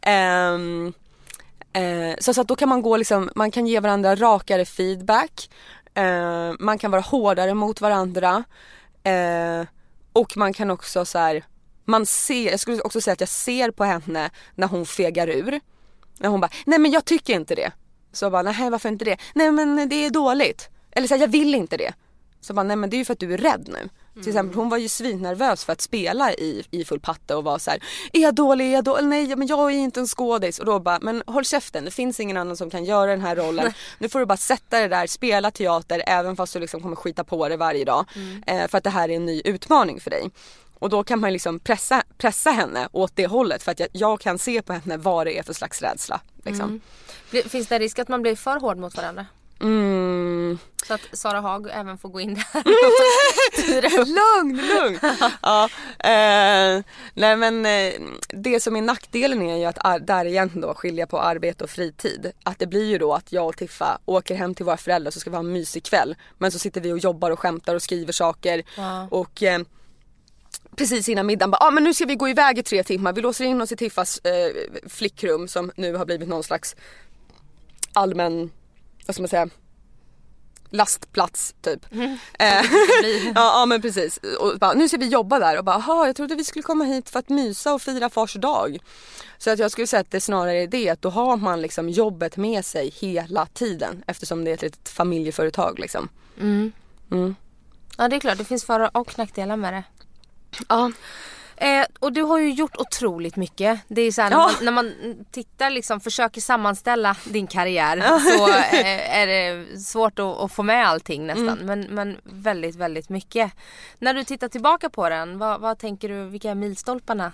så att då kan man gå liksom, man kan ge varandra rakare feedback, man kan vara hårdare mot varandra, och man kan också så här, jag skulle också säga att jag ser på henne när hon fegar ur, när hon bara, nej men jag tycker inte det, så bara, nej varför inte det, nej men det är dåligt, eller så här, jag vill inte det, så bara, nej men det är ju för att du är rädd nu. Till exempel, hon var ju svinnervös för att spela i full patte och var så här, är jag dålig, nej men jag är inte en skådis. Och då bara, men håll käften, det finns ingen annan som kan göra den här rollen. Nu får du bara sätta det där, spela teater även fast du liksom kommer skita på det varje dag, för att det här är en ny utmaning för dig. Och då kan man liksom pressa henne åt det hållet, för att jag kan se på henne vad det är för slags rädsla liksom. Finns det risk att man blir för hård mot varandra? Så att Sara Hag även får gå in där. Lugn. Ja, nej men det som är nackdelen är ju att där igen då skilja på arbete och fritid. Att det blir ju då att jag och Tiffa åker hem till våra föräldrar, så ska vi ha en mysig kväll, men så sitter vi och jobbar och skämtar och skriver saker. Och precis innan middagen bara, men nu ska vi gå iväg i 3 timmar. Vi låser in oss i Tiffas flickrum som nu har blivit någon slags allmän, vad ska man säga, lastplats typ. Ja men precis. Och bara, nu ska vi jobba där, och bara, jag trodde vi skulle komma hit för att mysa och fira fars dag. Så att jag skulle säga att det snarare är det, att då har man liksom jobbet med sig hela tiden, eftersom det är ett litet familjeföretag liksom. Ja, det är klart, det finns för- och nackdelar med det. Ja. Och du har ju gjort otroligt mycket. Det är så här, när man tittar liksom, försöker sammanställa din karriär, så är det svårt att få med allting nästan. Men väldigt, väldigt mycket. När du tittar tillbaka på den, vad tänker du, vilka är milstolparna?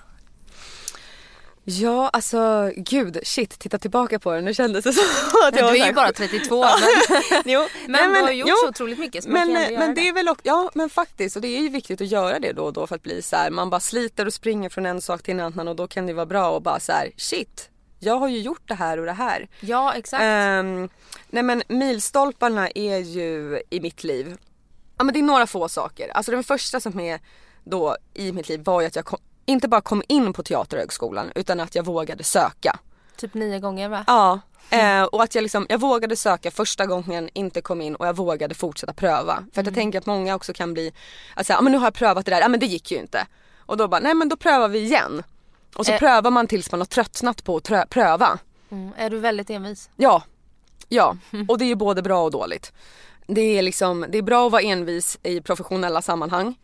Ja, alltså gud, titta tillbaka på den. Nu kändes det så att jag... Du är ju bara 32, men du har gjort så otroligt mycket, så men det är väl också, ja, men faktiskt, och det är ju viktigt att göra det då och då, för att bli så här, man bara sliter och springer från en sak till en annan, och då kan det vara bra och bara så här, jag har ju gjort det här och det här. Ja, exakt. Nej men milstolparna är ju i mitt liv Ja, men det är några få saker. Alltså den första som är då i mitt liv var ju att jag inte bara kom in på Teaterhögskolan utan att jag vågade söka. Typ 9 gånger va? Ja, och att jag vågade söka första gången, inte kom in och jag vågade fortsätta pröva. För att jag tänker att många också kan bli att säga, men nu har jag prövat det där, men det gick ju inte. Och då bara, nej men då prövar vi igen. Och så prövar man tills man har tröttnat på att pröva. Är du väldigt envis? Ja, och det är ju både bra och dåligt. Det är bra att vara envis i professionella sammanhang.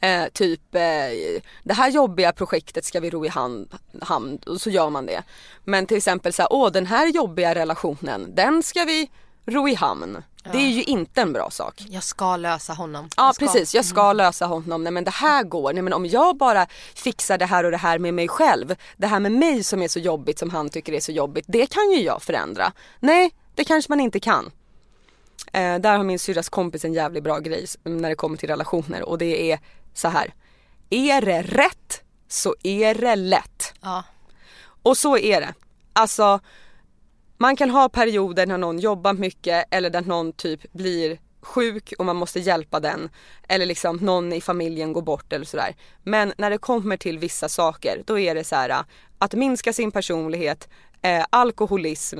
Det här jobbiga projektet ska vi ro i hamn och så gör man det. Men till exempel den här jobbiga relationen, den ska vi ro i hamn. Ja. Det är ju inte en bra sak. Jag ska lösa honom. Precis, jag ska lösa honom. Nej men det här går. Nej men om jag bara fixar det här och det här med mig själv. Det här med mig som är så jobbigt som han tycker är så jobbigt. Det kan ju jag förändra. Nej, det kanske man inte kan. Där har min syrras kompis en jävligt bra grej när det kommer till relationer. Och det är så här. Är det rätt så är det lätt. Ja. Och så är det. Alltså, man kan ha perioder när någon jobbar mycket eller där någon typ blir sjuk och man måste hjälpa den. Eller någon i familjen går bort eller sådär. Men när det kommer till vissa saker, då är det så här att minska sin personlighet, alkoholism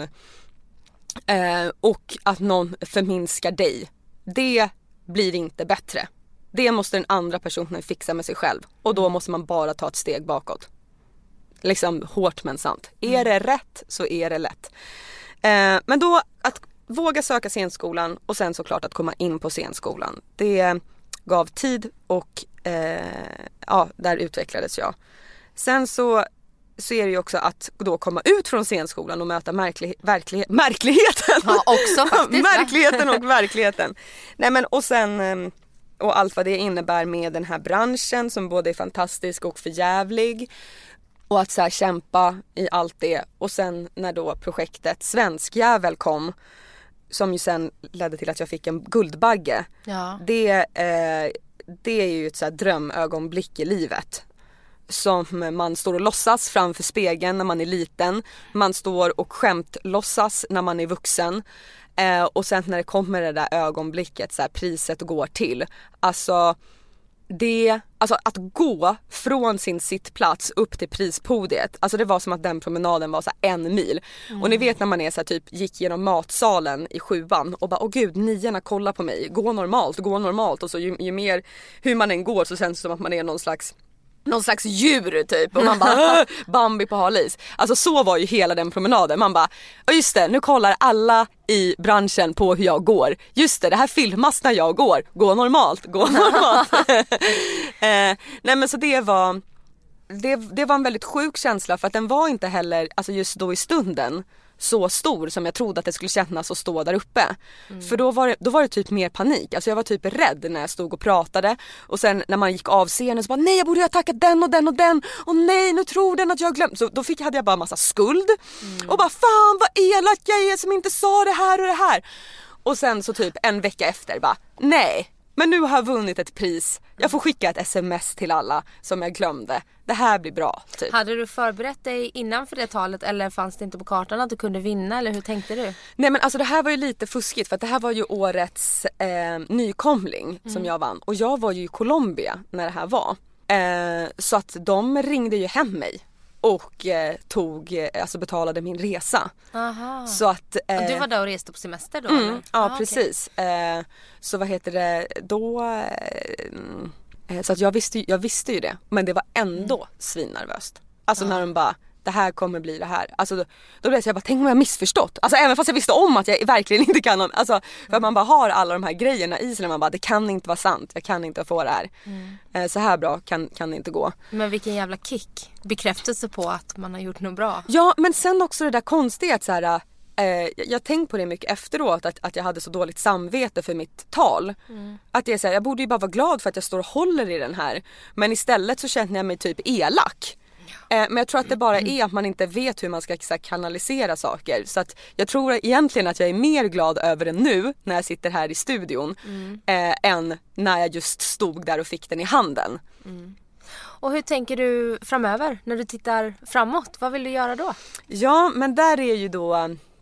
och att någon förminskar dig. Det blir inte bättre. Det måste den andra personen fixa med sig själv. Och då måste man bara ta ett steg bakåt. Hårt men sant. Är det rätt så är det lätt. Men då att våga söka scenskolan och sen såklart att komma in på scenskolan. Det gav tid och där utvecklades jag. Sen så är det ju också att då komma ut från scenskolan och möta märkligheten. Ja, också faktiskt. Märkligheten och verkligheten. Nej men och sen och allt vad det innebär med den här branschen som både är fantastisk och förjävlig. Och att så här kämpa i allt det. Och sen när då projektet Svenskjävel kom, som ju sen ledde till att jag fick en Guldbagge. Ja. Det är ju ett så här drömögonblick i livet. Som man står och låtsas framför spegeln när man är liten. Man står och skämtlåtsas när man är vuxen. Och sen när det kommer det där ögonblicket, så här, priset går till. Alltså att gå från sin sittplats upp till prispodiet. Alltså det var som att den promenaden var så här 1 mil. Och ni vet när man är så här, typ gick genom matsalen i 7:an och bara, åh gud, 9:orna kollar på mig. Gå normalt. Och så ju mer hur man än går så känns det som att man är någon slags djur typ. Och man bara Bambi på halis. Alltså så var ju hela den promenaden. Man bara, just det, nu kollar alla i branschen på hur jag går. Just det här filmas när jag går. Gå normalt. Nej men så det var en väldigt sjuk känsla. För att den var inte heller, alltså just då i stunden, så stor som jag trodde att det skulle kännas att stå där uppe. För då var det typ mer panik. Alltså jag var typ rädd när jag stod och pratade. Och sen när man gick av scenen så bara, nej jag borde ha tackat den och den och den. Och nej, nu tror den att jag har glömt. Så då hade jag bara massa skuld. Och bara, fan vad elak jag är som inte sa det här och det här. Och sen så typ en vecka efter bara, nej. Men nu har jag vunnit ett pris. Jag får skicka ett sms till alla som jag glömde. Det här blir bra, typ. Hade du förberett dig innan för det talet eller fanns det inte på kartan att du kunde vinna eller hur tänkte du? Nej men alltså det här var ju lite fuskigt för att det här var ju årets nykomling som jag vann. Och jag var ju i Colombia när det här var. Så att de ringde ju hem mig. Och betalade min resa. Aha. Så att, och du var där och reste på semester då? Eller? Ja, precis. Okay. Så vad heter det då? Så att jag visste ju det. Men det var ändå svinnervöst. Alltså när de bara, det här kommer bli det här. Alltså då blev jag bara, tänk om jag missförstått. Alltså även fast jag visste om att jag verkligen inte kan. Alltså för att man bara har alla de här grejerna i sig. Man bara, det kan inte vara sant. Jag kan inte få det här. Så här bra kan det inte gå. Men vilken jävla kick. Bekräftelse på att man har gjort något bra. Ja, men sen också det där konstiga att så här, jag tänkte på det mycket efteråt att jag hade så dåligt samvete för mitt tal. Att jag, så här, jag borde ju bara vara glad för att jag står och håller i den här. Men istället så känner jag mig typ elak. Men jag tror att det bara är att man inte vet hur man ska kanalisera saker. Så att jag tror egentligen att jag är mer glad över den nu när jag sitter här i studion än när jag just stod där och fick den i handen. Och hur tänker du framöver när du tittar framåt? Vad vill du göra då? Ja, men där är ju då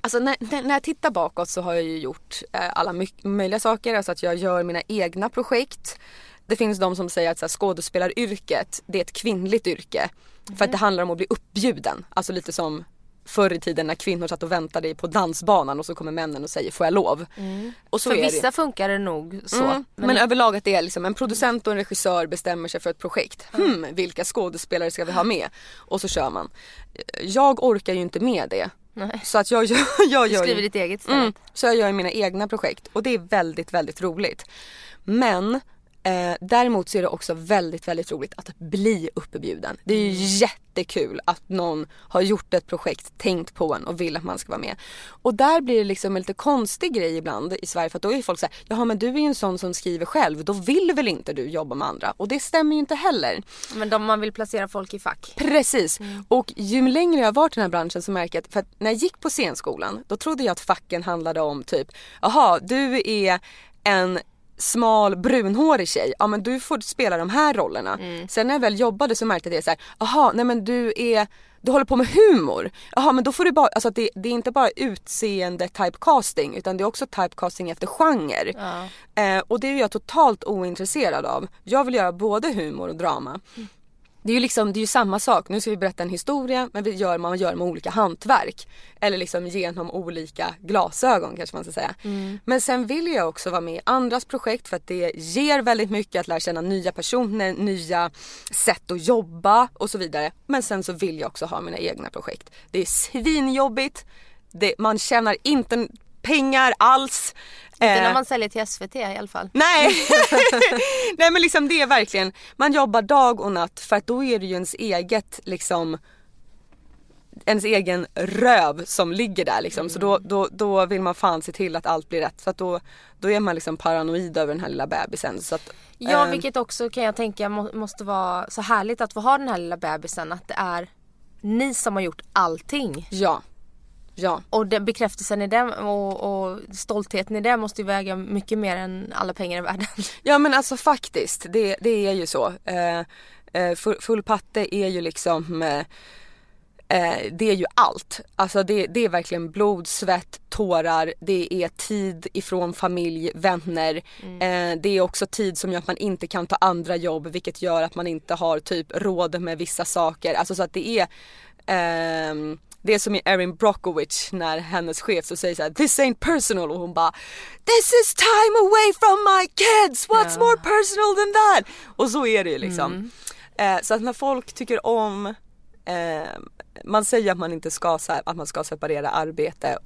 Alltså när jag tittar bakåt så har jag ju gjort alla möjliga saker. Alltså att jag gör mina egna projekt. Det finns de som säger att så här, skådespelaryrket, det är ett kvinnligt yrke. För att det handlar om att bli uppbjuden. Alltså lite som förr i tiden när kvinnor satt och väntade på dansbanan och så kommer männen och säger får jag lov. Och så för är vissa funkar det nog så. Men överlag att det är liksom en producent och en regissör bestämmer sig för ett projekt. Vilka skådespelare ska vi ha med? Och så kör man. Jag orkar ju inte med det. Nej. Så att jag skriver ditt eget istället. Så jag gör mina egna projekt och det är väldigt, väldigt roligt. Men däremot så är det också väldigt, väldigt roligt att bli uppbjuden. Det är ju jättekul att någon har gjort ett projekt, tänkt på en och vill att man ska vara med. Och där blir det liksom en lite konstig grej ibland i Sverige, för att då är folk så här, jaha men du är ju en sån som skriver själv, då vill väl inte du jobba med andra? Och det stämmer ju inte heller. Men man vill placera folk i fack. Precis. Och ju längre jag har varit i den här branschen så märker jag att, för att när jag gick på scenskolan, då trodde jag att facken handlade om typ, jaha du är en smal brunhårig tjej, ja men du får spela de här rollerna. Sen när jag väl jobbade så märkte jag det så här, aha, nej men du håller på med humor. Jaha, men då får du bara, alltså det är inte bara utseende typecasting, utan det är också typecasting efter genre. Och det är jag totalt ointresserad av. Jag vill göra både humor och drama. Det är ju samma sak. Nu ska vi berätta en historia, men man gör med olika hantverk. Eller liksom genom olika glasögon kanske man ska säga. Men sen vill jag också vara med i andras projekt för att det ger väldigt mycket att lära känna nya personer, nya sätt att jobba och så vidare. Men sen så vill jag också ha mina egna projekt. Det är svinjobbigt. Man tjänar inte pengar alls. Inte när man säljer till SVT i alla fall. Nej. Nej men liksom det är verkligen, man jobbar dag och natt för att då är det ju ens eget liksom, ens egen röv som ligger där liksom. Så då vill man fan se till att allt blir rätt. Så att då är man liksom paranoid över den här lilla bebisen. Så att, ja, vilket också kan jag tänka måste vara så härligt att få ha den här lilla bebisen. Att det är ni som har gjort allting. Ja. Och den bekräftelsen i det och stoltheten i det måste ju väga mycket mer än alla pengar i världen. Ja men alltså faktiskt, det är ju så. Full patte är ju liksom, det är ju allt. Alltså det är verkligen blod, svett, tårar. Det är tid ifrån familj, vänner. Det är också tid som gör att man inte kan ta andra jobb, vilket gör att man inte har typ råd med vissa saker. Alltså så att det är... det är som i Erin Brockovich när hennes chef så säger så här, this ain't personal, och hon bara, this is time away from my kids, what's more personal than that? Och så är det ju liksom. Så att när folk tycker om, man säger att man inte ska, att man ska separera arbete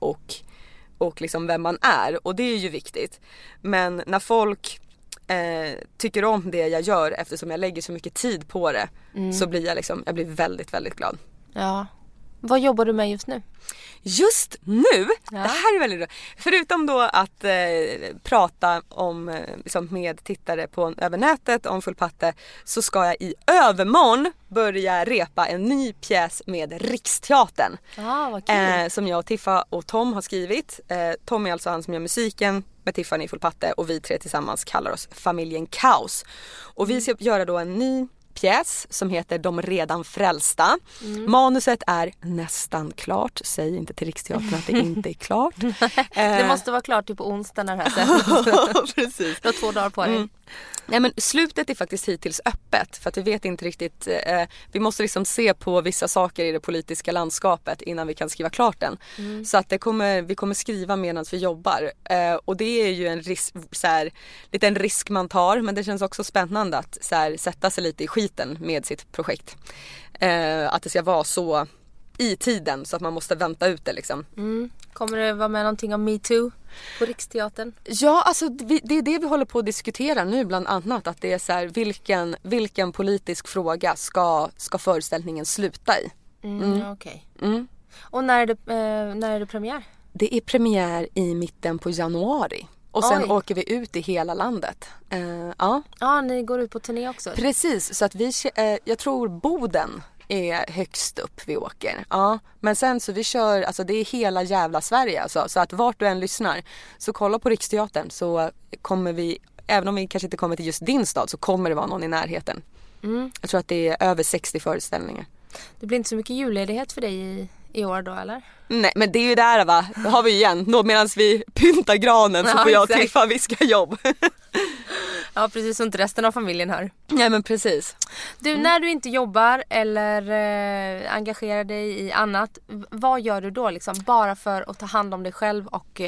och liksom vem man är, och det är ju viktigt. Men när folk tycker om det jag gör, eftersom jag lägger så mycket tid på det, så blir jag blir väldigt, väldigt glad. Ja. Vad jobbar du med just nu? Just nu? Ja. Det här är väldigt roligt. Förutom då att prata om liksom med tittare över nätet om Full patte, så ska jag i övermorgon börja repa en ny pjäs med Riksteatern. Vad kul. Som jag, Tiffa och Tom har skrivit. Tom är alltså han som gör musiken med Tiffany i Full patte, och vi tre tillsammans kallar oss Familjen Kaos. Och vi ska göra då en ny pjäs som heter De redan frälsta. Manuset är nästan klart. Säg inte till Riksteatern att det inte är klart. Det måste vara klart typ på onsdag när det här sätts. Precis. Du har 2 dagar på dig. Nej, men slutet är faktiskt hittills öppet, för att vi vet inte riktigt, vi måste liksom se på vissa saker i det politiska landskapet innan vi kan skriva klart den. Så att vi kommer skriva medan vi jobbar, och det är ju en risk, liten risk man tar, men det känns också spännande att sätta sig lite i skiten med sitt projekt, att det ska vara så i tiden så att man måste vänta ut det liksom. Kommer det vara med någonting om MeToo på Riksteatern? Ja, alltså det är det vi håller på att diskutera nu bland annat. Att det är så här, vilken politisk fråga ska föreställningen sluta i? Okej. Och när är det premiär? Det är premiär i mitten på januari. Och sen åker vi ut i hela landet. Ja, ni går ut på turné också? Precis, så att jag tror Boden är högst upp vi åker. Ja, men sen så vi kör, alltså det är hela jävla Sverige alltså. Så att vart du än lyssnar, så kolla på Riksteatern, så kommer vi, även om vi kanske inte kommer till just din stad, så kommer det vara någon i närheten. Jag tror att det är över 60 föreställningar. Det blir inte så mycket julledighet för dig i år då, eller? Nej, men det är ju där, va? Då har vi igen. Då medan vi pyntar granen så får jag tillfälla viska jobb. Ja, precis, så inte resten av familjen hör. Nej, men precis. Du, när du inte jobbar eller engagerar dig i annat, vad gör du då liksom? Bara för att ta hand om dig själv och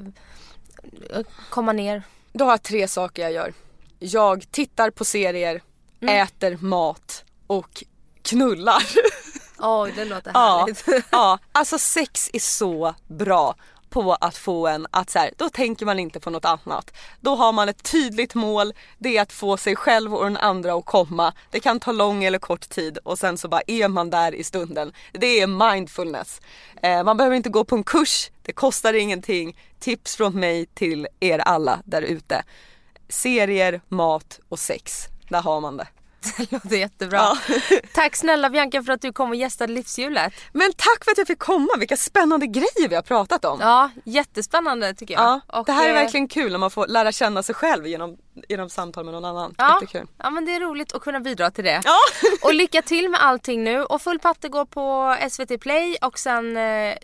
komma ner? Då har jag 3 saker jag gör. Jag tittar på serier, äter mat och knullar. Oj, det låter härligt. Ja, alltså sex är så bra på att få en att så här, då tänker man inte på något annat. Då har man ett tydligt mål, det är att få sig själv och den andra att komma. Det kan ta lång eller kort tid och sen så bara är man där i stunden. Det är mindfulness. Man behöver inte gå på en kurs, det kostar ingenting. Tips från mig till er alla där ute. Serier, mat och sex, där har man det. Det låter jättebra. Ja. Tack snälla Bianca för att du kom och gästade Livshjulet. Men tack för att jag fick komma. Vilka spännande grejer vi har pratat om. Ja, jättespännande tycker jag. Ja, och det här är verkligen kul när man får lära känna sig själv genom samtal med någon annan. Ja, jättekul. Ja, men det är roligt att kunna bidra till det. Ja. Och lycka till med allting nu. Och Full patte går på SVT Play och sen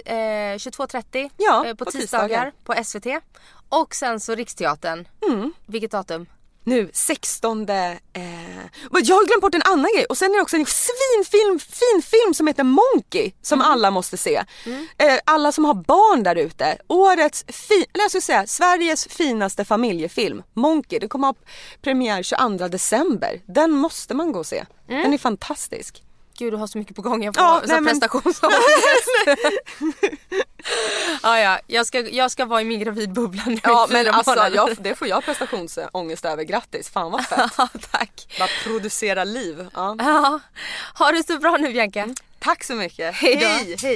22.30 på tisdagar på SVT. Och sen så Riksteatern. Vilket datum? Nu, 16. Jag har glömt bort en annan grej. Och sen är det också en fin film som heter Monkey. Som alla måste se. Alla som har barn där ute. Sveriges finaste familjefilm, Monkey. Det kommer ha premiär 22 december. Den måste man gå och se. Den är fantastisk. Gud, du har så mycket på gång. Jag får prestationsångest. Ja, jag ska vara i min gravidbubbla nu. Ja, men alltså, det får jag prestationsångest över. Grattis, fan vad fett. Ja, tack. Bara producera liv. Ja. Ja. Ha det så bra nu, Bianca. Tack så mycket. Hej då. Hej.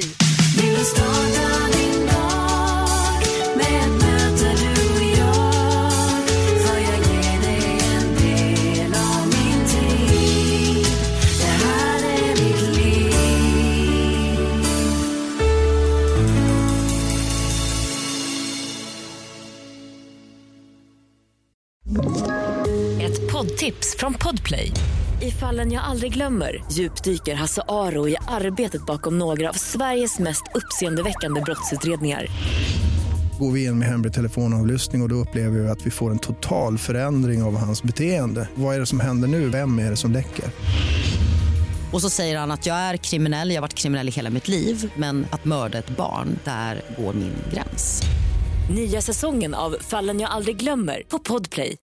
Ett poddtips från Podplay. I Fallen jag aldrig glömmer djupdyker Hasse Aro i arbetet bakom några av Sveriges mest uppseendeväckande brottsutredningar. Går vi in med hemlig telefonavlyssning och då upplever vi att vi får en total förändring av hans beteende. Vad är det som händer nu? Vem är det som läcker? Och så säger han att jag är kriminell, jag har varit kriminell i hela mitt liv. Men att mörda ett barn, där går min gräns. Nya säsongen av Fallen jag aldrig glömmer på Podplay.